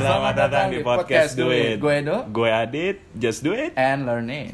Selamat datang di podcast Do It. Gue Edo. Gue Adit. Just do it. And learn it.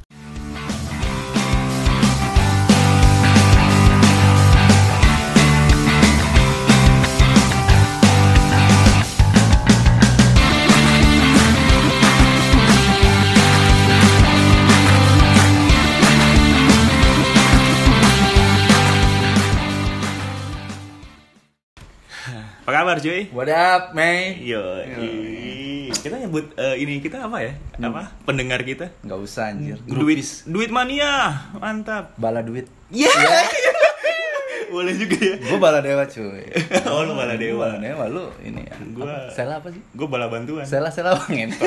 Apa kabar cuy? What up, May? Yo. Kita nyebut ini kita apa ya? Apa? Pendengar kita? Nggak usah anjir. Duit mania. Mantap. Bala duit. Yeah. Boleh juga ya. Gue bala dewa cuy. Oh, lu bala dewa. Bala dewa lu ini ya. Gua Sela apa sih? Gue bala bantuan. Sela ngentot.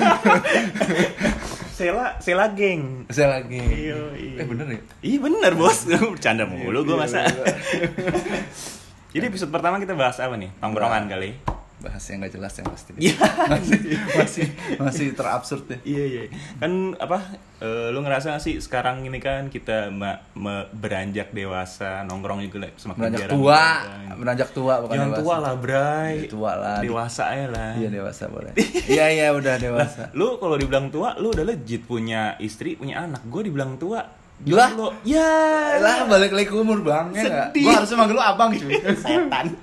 Sela geng. Sela geng. Iya. Bener ya? Iya bener bos. Bercanda mulu gue masa. Jadi episode pertama kita bahas apa nih? Tongkrongan kali. Bahas yang nggak jelas yang pasti. Iya. masih terabsurd ya. Iya. Kan apa? Lu ngerasa gak sih sekarang ini kan kita beranjak dewasa, nongkrong juga semakin jarang. Beranjak tua bukan jangan dewasa. tua lah, Bray. Tua lah. Dewasa ya lah. Iya dewasa boleh. Iya udah dewasa. Lu kalau dibilang tua, lu udah legit punya istri, punya anak. Gue dibilang tua. Lah, ya lah balik lagi ke umur bang, ya nggak? Gue harusnya manggil lu abang cuy. Setan.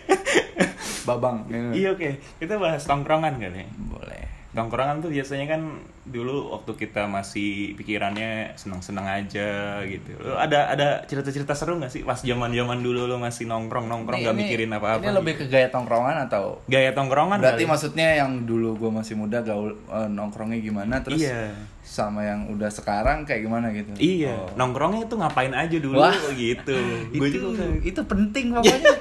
Babang. Iya oke. Kita bahas tongkrongan kali. Boleh. Tongkrongan tuh biasanya kan dulu waktu kita masih pikirannya senang-senang aja gitu. Lu ada cerita-cerita seru nggak sih pas zaman-zaman dulu lu masih nongkrong nggak mikirin apa-apa? Ini lebih ke gaya tongkrongan atau? Gaya tongkrongan. Berarti kali. maksudnya yang dulu gue masih muda gaul nongkrongnya gimana, terus iya. sama yang udah sekarang kayak gimana gitu? Iya. Nongkrongnya itu ngapain aja dulu. Wah, gitu. Itu penting pokoknya.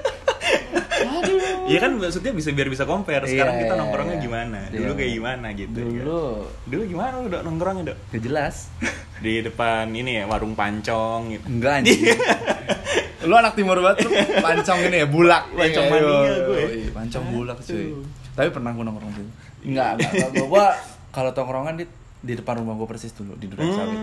Iya kan maksudnya biar bisa compare. Sekarang kita nongkrongnya iya. gimana? Dulu kayak gimana gitu. Dulu gimana lu Dok nongkrongnya, Dok? Gak jelas. Di depan ini ya warung pancong gitu. Enggak anjing. Lu anak timur banget tuh. Pancong ini ya, bulak. Pancong mania gue. Pancong bulak cuy. Tapi pernah gue nongkrong situ. Enggak. Gue kalau tongkrongan di depan rumah gue persis dulu di Duren Sawit.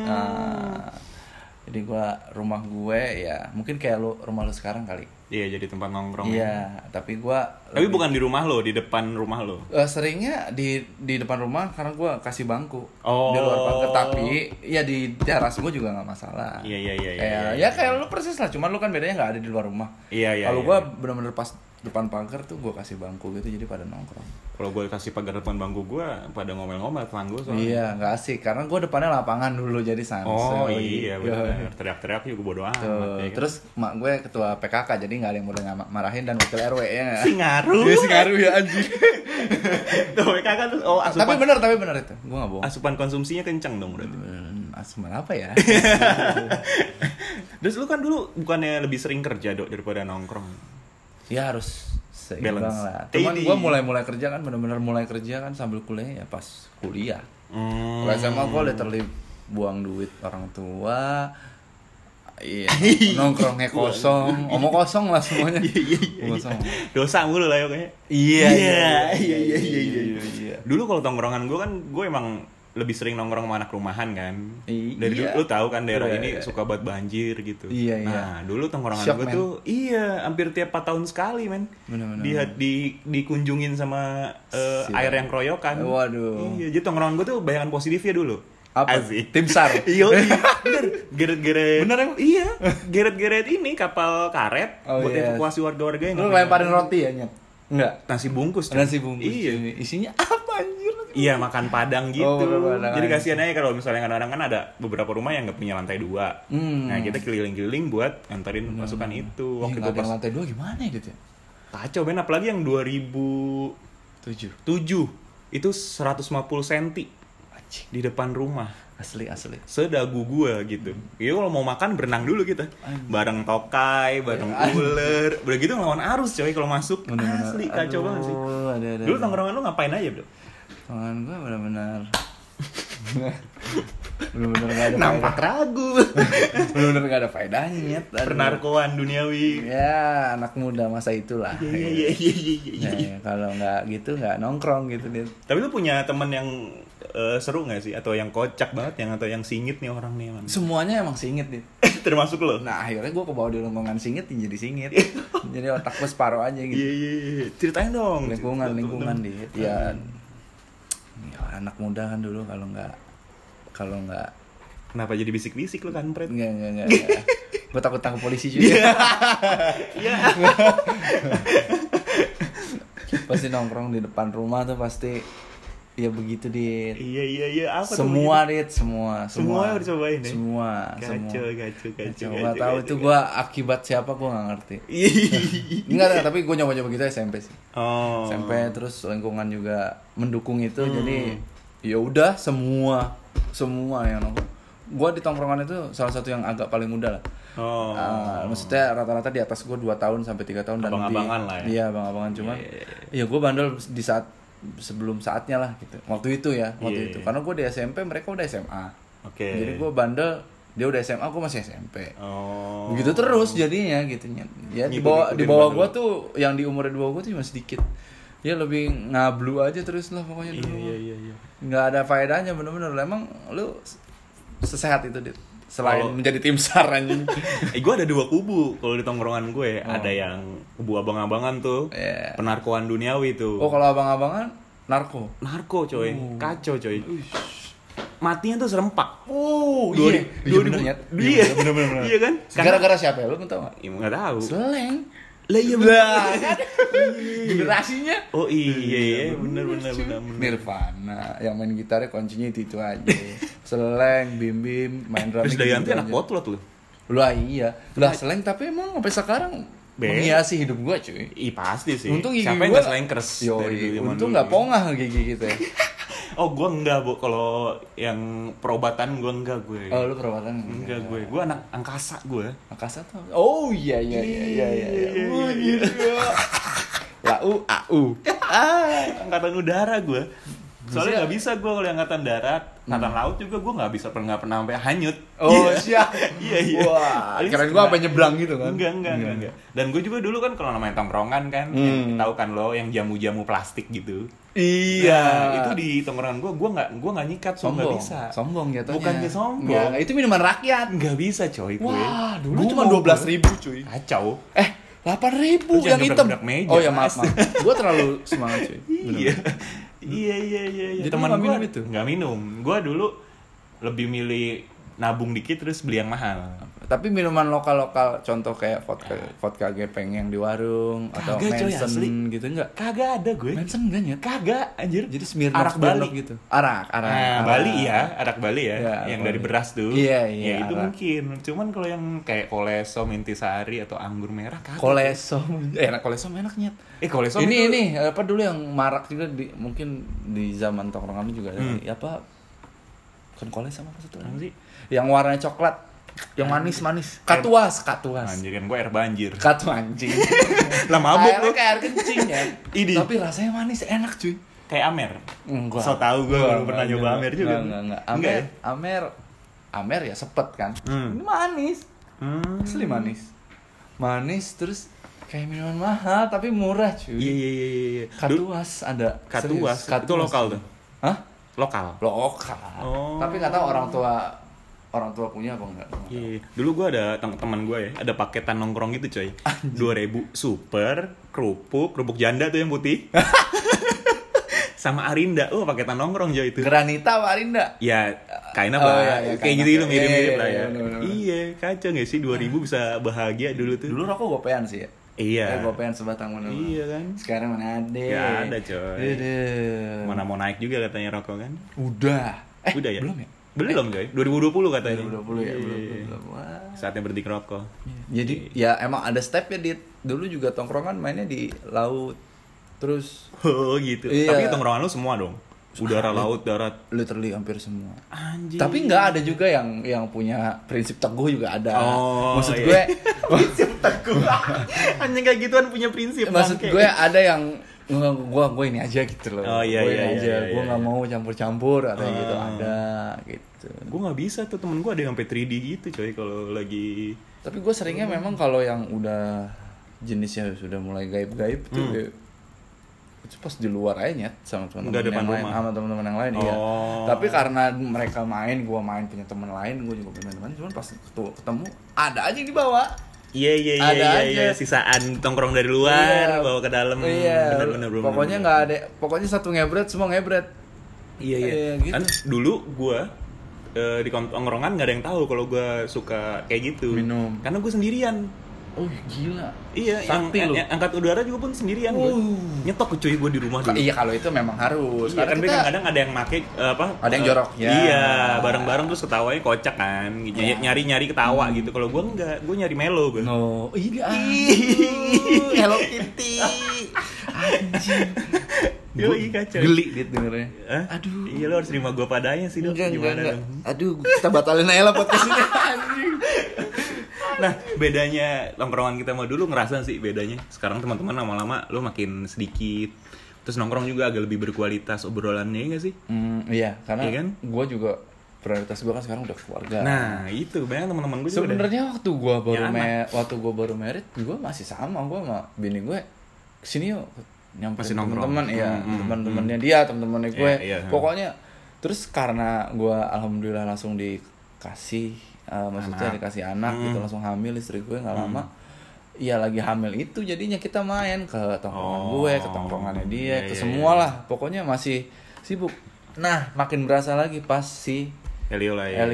Jadi rumah gue ya mungkin kayak rumah lu sekarang kali. Iya, jadi tempat nongkrong. Iya, tapi bukan di rumah lo, di depan rumah lo. Seringnya di depan rumah karena gue kasih bangku di luar pagar, tapi ya di teras gue juga nggak masalah. Iya. Ya kayak lu persis lah, cuman lu kan bedanya nggak ada di luar rumah. Iya. Kalau gue benar-benar pas depan pagar tuh gue kasih bangku gitu, jadi pada nongkrong. Kalau gue kasih pagar depan bangku gue pada ngomel-ngomel teman gue soalnya. Iya, nggak asik karena gue depannya lapangan dulu jadi sans. Oh iya benar. Teriak-teriak juga bodo amat. Ya, kan? Terus mak gue ketua PKK jadi nggak ada yang boleh marahin, dan wakil RW ya. Si ngaruh. Iya si ngaruh ya anjing. Tuh PKK tuh asupan. Tapi benar itu. Gue nggak bohong. Asupan konsumsinya kencang dong berarti. Asupan apa ya? Terus lu kan dulu bukannya lebih sering kerja Dok daripada nongkrong? Ya harus seimbang lah. Cuman gue mulai kerja kan, benar-benar mulai kerja kan sambil kuliah ya pas kuliah. Kalau SMA gue literally buang duit orang tua. Iya, nongkrongnya kosong, omong kosong lah semuanya. Kosong. Dosa mulu lah ya kayaknya. Iya. Dulu kalau tongkrongan gue kan, gue emang lebih sering nongkrong sama anak rumahan kan. Dari dulu lu tahu kan daerah ini suka banget banjir gitu. Iya. Nah, dulu tongkrongan Shock, gue tuh hampir tiap 4 tahun sekali, men. Dikunjungin sama air yang keroyokan. Waduh. Iya, jadi tongkrongan gue tuh bayangan positifnya dulu. Apa? Asik. Tim SAR. Iya, bener. Geret-geret. Bener emang? Iya. Geret-geret ini kapal karet buat evakuasi warga-warga yang. Lu lemparin roti ya, Nyet? Enggak. Nasi bungkus. Iya. Isinya apa anjir? Iya, makan padang gitu. Padang. Jadi kasihan aja kalau misalnya kadang-kadang kan ada beberapa rumah yang nggak punya lantai 2. Nah, kita keliling-keliling buat nganterin pasukan itu. Waktu itu pas lantai 2 gimana gitu ya? Kacau, Ben, apalagi yang 2007. Itu 150 cm di depan rumah. Asli. Sedagu gua gitu. Iya, kalau mau makan berenang dulu kita. Bareng tokai, bareng ular. Udah gitu ngelawan arus coy kalau masuk. Asli kacau banget sih. Dulu tongkrongan lu ngapain aja, Bro? Tongkrongan gua benar-benar nggak ada nampak ragu. Benar-benar nggak ada faedahnya. Pernarkoan duniawi. Ya, anak muda masa itulah. Iya. Kalau nggak gitu nggak nongkrong gitu dia. Tapi lu punya teman yang seru nggak sih, atau yang kocak banget, atau yang singit nih orang nih emang? Semuanya emang singit nih. Termasuk lo. Nah akhirnya gue kebawa di lingkungan singit jadi singit. Jadi otak gue separuh aja gitu. Iya. Ceritain dong. Lingkungan di ya anak muda kan dulu kalau nggak kenapa jadi bisik-bisik lo kan, Pret? Enggak. Gue takut tangkap polisi juga. Iya. Pasti nongkrong di depan rumah tuh pasti ya begitu Dit. Iya. Apa semua Dit, semua udah cobain deh. Semua. Gacor. Gak tahu itu gue akibat siapa gue nggak ngerti. Enggak, tapi gue nyoba gitu SMP sih. SMP terus lingkungan juga mendukung itu jadi ya udah semua yang nongkrong. Gue di tongkrongan itu salah satu yang agak paling muda lah. Maksudnya rata-rata di atas gue 2 tahun sampai 3 tahun dan lebih. Abang-abangan lah ya. Iya, abang-abangan cuman. Ya gue bandel di saat sebelum saatnya lah gitu. Waktu itu. Karena gue di SMP, mereka udah SMA. Jadi gue bandel, dia udah SMA, gue masih SMP. Begitu terus jadinya gitu. Ya di bawah gue tuh yang di umur di bawah gue tuh cuma sedikit. Ya lebih ngablu aja terus lah pokoknya dulu. Iya. Nggak ada faedahnya bener-bener. Emang lu sesehat itu Dit selain menjadi tim SAR anjing. Gue ada 2 kubu kalau di tongkrongan gue. Ada yang kubu abang-abangan tuh, penarkoan duniawi tuh. Kalau abang-abangan narko coy. Kacau coy. Matinya tuh serempak. Bener. Iya kan? Gara-gara siapa ya lu tahu enggak? Enggak tahu. Seleng. Lah iya kan? Generasinya. Oh iya, bener. Nirvana yang main gitarnya kuncinya itu aja. Seleng, Bim, main drum. Terus Dayanti anak potlot lu. Lah iya. Lah Seleng tapi emang sampai sekarang menghiasi hidup gua cuy. Pasti sih. Untung gigi siapa yang gua selengkers dari dulu. Untung enggak pongah gigi kita. Gue enggak, Bu. Kalau yang perobatan gue enggak gue. Oh, lu perobatan? Enggak gue. Gue anak angkasa gue. Angkasa tuh? Oh iya. Oh iya. AU. Angkatan udara gue. Soalnya nggak bisa gue kalau angkatan darat, angkatan laut juga gue nggak pernah sampai hanyut. Oh siap. Iya. Wah, keren gue apa nyebrang gitu kan? Enggak. Dan gue juga dulu kan kalau namanya tongkrongan kan, tahu kan lo yang jamu-jamu plastik gitu. Iya. Itu di tongkrongan gue nggak nyikat, nggak bisa. Sombong jatuhnya. Bukannya sombong. Itu minuman rakyat. Nggak bisa coy. Wah, dulu cuma 12.000 cuy. Kacau. 8.000 yang hitam. Oh ya maaf. Gue terlalu semangat cuy. Iya. Teman gue minum itu? Nggak minum. Gue dulu lebih milih nabung dikit terus beli yang mahal. Tapi minuman lokal contoh kayak vodka gepeng yang di warung atau Manson gitu enggak? Kagak ada gue. Manson enggak nyet? Kagak anjir. Jadi Smirnoff Bali gitu. Arak. Bali ya, arak Bali ya, yang Bali. Dari beras tuh. Iya. Ya itu mungkin. Cuman kalau yang kayak Kolesom, Intisari atau anggur merah kagak. Kolesom. Kolesom enak nyet. Kolesom ini apa dulu yang marak juga mungkin di zaman tongkrongan juga ada. Apa? Kan Kolesom apa satu lagi? Yang warnanya coklat. Yang manis. Katuas. Anjir kan gue air banjir. Katu anjing. Lah mabuk lu. Kayak air kencing ya. Tapi rasanya manis, enak cuy. Kayak Amer. Enggak. So tau gue belum pernah nyoba Amer juga. Enggak. Amer ya sepet kan. Ini manis. Asli manis. Manis terus kayak minuman mahal tapi murah cuy. Iya. Katuas ada. Katuas. Itu lokal tuh. Hah? Lokal. Tapi nggak tahu orang tua punya apa enggak? Iya. Dulu gue ada teman gue ya, ada paketan nongkrong gitu coy. 2.000 super, kerupuk janda tuh yang putih. Sama Arinda, paketan nongkrong coy itu. Granita apa Arinda? Ya, kainnya apa? Kayak gitu mirip-mirip lah ya. Iya, kacau nggak sih 2.000 bisa bahagia dulu tuh. Dulu rokok gopean sih ya. Iya. Gopean sebatang mana? Iya kan. Sekarang mana ada? Gak ada coy. Mana mau naik juga katanya rokok kan? Udah. Udah ya? Belum ya? Belum coy, 2020 katanya. 2020 ya, belum. Wah. Saatnya berhenti ngerokok. Jadi ya emang ada step ya dulu juga tongkrongan mainnya di laut. Terus gitu. Iya. Tapi tongkrongan lu semua dong. Udara, laut, darat. Literally hampir semua. Anjir. Tapi enggak ada juga yang punya prinsip teguh juga ada. Maksud iya. gue prinsip teguh. Anjing kayak gituan punya prinsip. Maksud gue ada yang gue ini aja gitu loh. Iya. Gue nggak mau campur-campur atau gitu ada gitu. Gue nggak bisa tuh, temen gue ada yang sampai 3D gitu coy kalau lagi. Tapi gue seringnya memang kalau yang udah jenisnya sudah mulai gaib-gaib tuh itu pas di luar aja nyet sama teman-teman yang lain, rumah. sama teman-teman yang lain iya. Tapi karena mereka main, gue main punya teman lain, gue juga punya teman, cuman pas ketemu ada aja yang dibawa. Iya, sisaan tongkrong dari luar bawa ke dalam. Iya. Bener. Pokoknya nggak ada, pokoknya satu ngebret semua ngebret. Iya. Gitu. Kan dulu gue di tongkrongan nggak ada yang tahu kalau gue suka kayak gitu. Minum. Karena gue sendirian. Oh gila. Iya, yang angkat udara juga pun sendirian gue. Nyetok cuy gue di rumah dulu. Iya kalau itu memang harus. Iya kan kadang ada yang make ada yang jorok ya. Iya, bareng-bareng terus ketawanya kocak kan. Nyari ketawa gitu. Kalau gue enggak, gue nyari melo gue. No, iya. Hello Kitty. Anjing. Yoi kacau. Geli gitu dengernya. Aduh. Iya lo harus terima gue padanya sih dong. Gimana? Aduh, kita batalin aja lah podcast ini. Anjing. Nah, bedanya tongkrongan kita sama dulu ngerasa sih bedanya. Sekarang teman-teman lama-lama lo makin sedikit. Terus nongkrong juga agak lebih berkualitas obrolannya, nggak sih? Iya, karena iya kan? Gue juga prioritas gue kan sekarang udah keluarga. Nah, itu banyak teman-teman gue juga. Sebenarnya waktu gue baru married, gue masih sama, gue sama bini gue kesini yuk nyamperin teman-teman, iya, teman-temannya dia, teman-temannya gue. Iya. Pokoknya terus karena gue alhamdulillah langsung dikasih maksudnya dikasih anak gitu, langsung hamil istri gue nggak lama. Iya lagi hamil itu jadinya kita main ke tongkrongan gue, ke tongkrongannya dia, ke semua lah. Pokoknya masih sibuk. Nah makin berasa lagi pas si Elio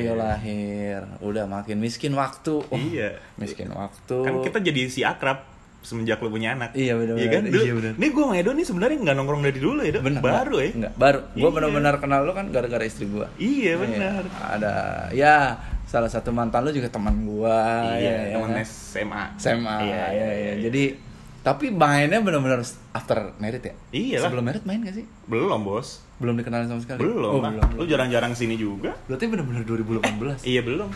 lahir. Udah makin miskin waktu. Iya. Miskin waktu. Kan kita jadi si akrab semenjak lo punya anak. Iya benar. Iya kan? Iya benar. Nih gue sama Edo nih sebenarnya nggak nongkrong dari dulu ya, bener, baru ya. Enggak, baru. Gue benar-benar kenal lo kan gara-gara istri gue. Iya benar. Ada ya salah satu mantan lo juga teman gue. Iya, teman SMA. Iya. Jadi tapi mainnya benar-benar after married ya? Iya lah. Sebelum married main gak sih? Belum bos. Belum dikenalin sama sekali? Belum. Lu jarang-jarang sini juga. Berarti benar-benar 2018? Iya belum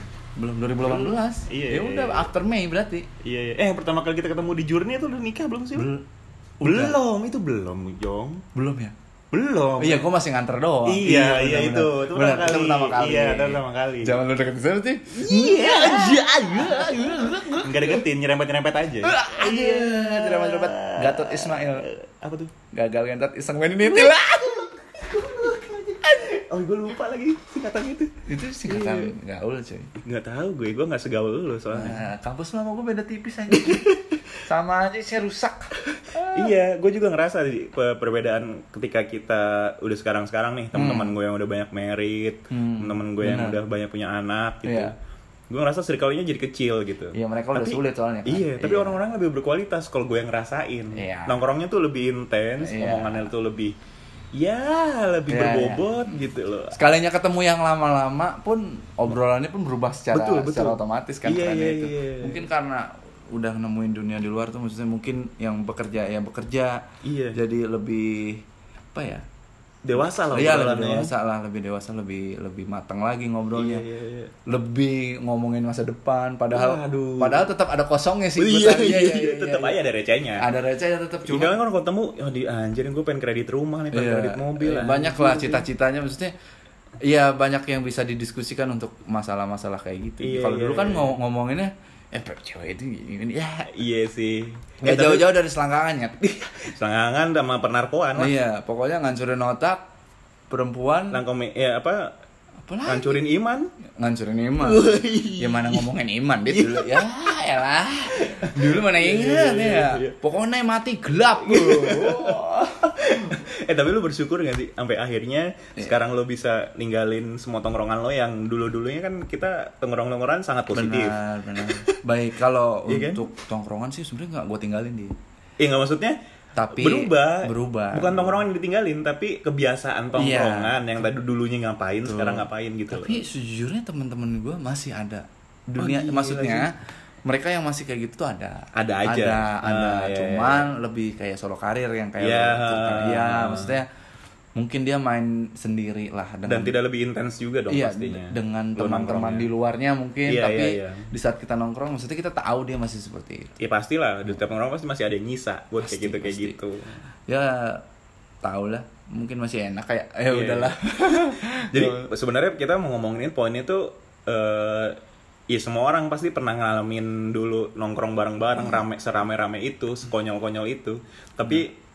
2018? Iya. Ya udah after Mei berarti. Iya. Yang pertama kali kita ketemu di Journey itu udah nikah belum sih? Belum, itu belum, Jong. Belum ya? Belum. Iya, gue masih nganter doang. Iya, itu pertama kali. Iya, itu pertama kali. Jangan lu deketin saya sih. Iya. Enggak deketin, nyerempet-nyerempet aja. Iya, nyerempet-nyerempet. Gatot Ismail. Apa tuh? Gagal ngentot iseng main ini lah. Oh, gue lupa lagi singkatannya itu. Itu singkatan gaul cuy. Enggak tahu gue enggak segaul lu soalnya. Nah, kampus lu sama gue beda tipis aja. Sama aja saya rusak. Iya, gue juga ngerasa perbedaan ketika kita udah sekarang nih, teman-teman gue yang udah banyak married, teman-teman gue yang udah banyak punya anak gitu. Iya. Gue ngerasa circle-nya jadi kecil gitu. Iya, mereka udah sulit soalnya kan. Iya, tapi orang-orang lebih berkualitas kalau gue yang ngerasain. Iya. Nongkrongnya tuh lebih intens, omongannya tuh lebih berbobot gitu loh. Sekalinya ketemu yang lama-lama pun obrolannya pun berubah secara otomatis kan. Iya. Mungkin karena udah nemuin dunia di luar tuh, maksudnya mungkin yang bekerja iya. Jadi lebih apa ya, dewasa lah. Iya, lebih dewasa, lebih matang lagi ngobrolnya. Iya. Lebih ngomongin masa depan, padahal tetap ada kosongnya sih. Iya, tetap aja ada recehnya. Ada recehnya tetap, cuma kan kalau ketemu anjirin gue pengen kredit rumah nih, pengen kredit mobil. Banyak lah cita-citanya, maksudnya iya banyak yang bisa didiskusikan untuk masalah-masalah kayak gitu. Kalau dulu kan ngomonginnya cewek itu gini ya. Iya sih. Nggak jauh-jauh dari selangkangan ya. Selangkangan sama penarkoan lah. Iya, pokoknya ngancurin otak perempuan. Ngancurin iman. Ya mana ngomongin iman dia dulu ya. Elah. Dulu mana ingat ya. Pokoknya mati gelap loh. Tapi lu bersyukur gak sih sampai akhirnya sekarang lu bisa ninggalin semua tongkrongan lo yang dulu-dulunya kan kita tongkrong-tongkrongan sangat positif. Benar. Baik, kalau untuk tongkrongan sih sebenarnya nggak gue tinggalin dia. Iya nggak, maksudnya tapi berubah. Bukan tongkrongan yang ditinggalin, tapi kebiasaan tongkrongan yang tadi dulunya ngapain, sekarang ngapain gitu. Tapi sejujurnya teman-teman gue masih ada dunia, maksudnya mereka yang masih kayak gitu tuh ada aja. Cuman lebih kayak solo karir yang kayak maksudnya mungkin dia main sendiri lah dan tidak lebih intens juga dong pastinya dengan teman-teman di luarnya mungkin, tapi di saat kita nongkrong maksudnya kita tahu dia masih seperti itu. Iya pastilah, di setiap nongkrong pasti masih ada yang nyisa buat kayak gitu. Ya tahu lah, mungkin masih enak kayak udahlah. Jadi sebenarnya kita mau ngomongin poinnya tuh ya semua orang pasti pernah ngalamin dulu nongkrong bareng-bareng, serame-rame itu, sekonyol-konyol itu. Tapi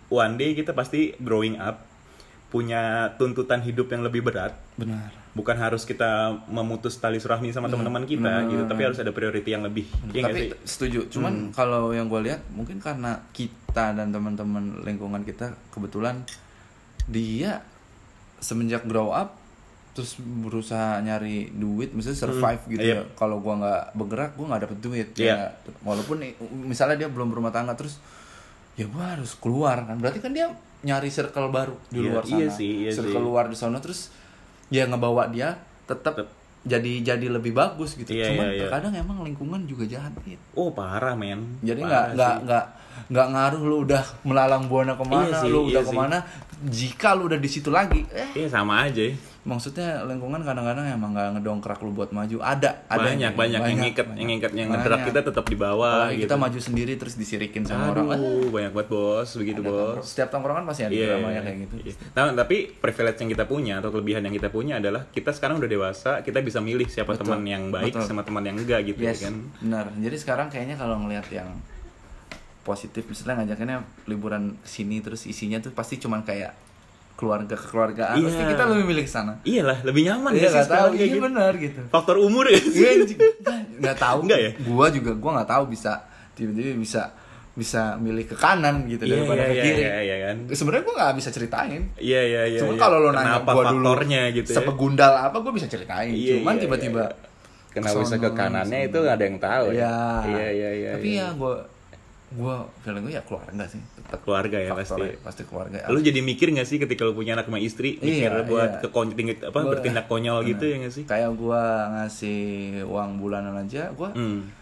one day kita pasti growing up, punya tuntutan hidup yang lebih berat. Benar. Bukan harus kita memutus tali silaturahmi sama teman-teman kita gitu, tapi harus ada priority yang lebih. Ya, tapi setuju. Cuman kalau yang gue lihat mungkin karena kita dan teman-teman lingkungan kita kebetulan dia semenjak grow up terus berusaha nyari duit, misalnya survive gitu ya. Kalau gue nggak bergerak, gue nggak dapet duit. Ya, walaupun misalnya dia belum berumah tangga, terus ya gue harus keluar kan. Berarti kan dia nyari circle baru di luar sana. Circle luar di sana, terus ya ngebawa dia tetap jadi lebih bagus gitu. Cuman terkadang emang lingkungan juga jahat gitu. Oh parah men. Jadi nggak ngaruh lu udah melalang buana kemana, lu udah kemana. Jika lu udah di situ lagi, sama aja. Maksudnya lingkungan kadang-kadang emang nggak ngedongkrak lu buat maju. Ada banyak yang ngikat yang ngedrak kita tetap di bawah. Kita maju sendiri terus disirikin sama orang. Banyak banget bos, begitu bos. Setiap tongkrongan pasti ada dramanya kayak gitu. Tapi privilege yang kita punya atau kelebihan yang kita punya adalah kita sekarang udah dewasa, kita bisa milih siapa teman yang baik sama teman yang enggak gitu kan. Benar. Jadi sekarang kayaknya kalau ngelihat yang positif, misalnya ngajakinnya liburan sini terus isinya tuh pasti cuman kayak kekeluargaan, pasti kita lebih milih ke sana. Iyalah, lebih nyaman sih sekarang kayak gitu. Benar gitu. Faktor umur ya. Nggak tahu. Enggak ya? Gua nggak tahu bisa tiba-tiba bisa milih ke kanan gitu daripada ke kiri. Iya kan. Sebenarnya gua nggak bisa ceritain. Iya. Cuma kalau lo nanya gua dulu gitu ya. Sepegundal apa gua bisa ceritain. Cuman tiba-tiba kenapa bisa ke kanannya itu nggak ada yang tahu ya. Iya. Tapi ya gue feeling gue ya keluarga sih, tetap keluarga ya, pasti keluarga. Lu jadi mikir nggak sih ketika lu punya anak sama istri, mikir buat bertindak konyol gitu ya nggak sih? Kayak gue ngasih uang bulanan aja, gue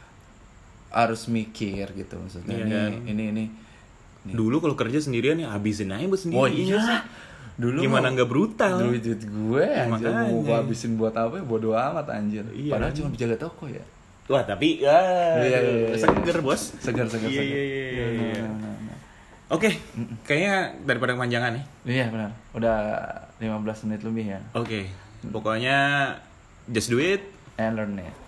harus mikir gitu, maksudnya ini. Dulu kalau kerja sendirian ya habisin aja buat sendiri. Oh iya. Dulu gimana nggak brutal? Duit gue anjir, mau gue habisin buat apa? Bodo amat anjir. Padahal cuma penjaga toko ya. Wah tapi seger bos. Seger. Iya. Oke, kayaknya daripada kepanjangan nih. Iya benar. Udah 15 menit lebih ya. Oke. Pokoknya just do it and learn it.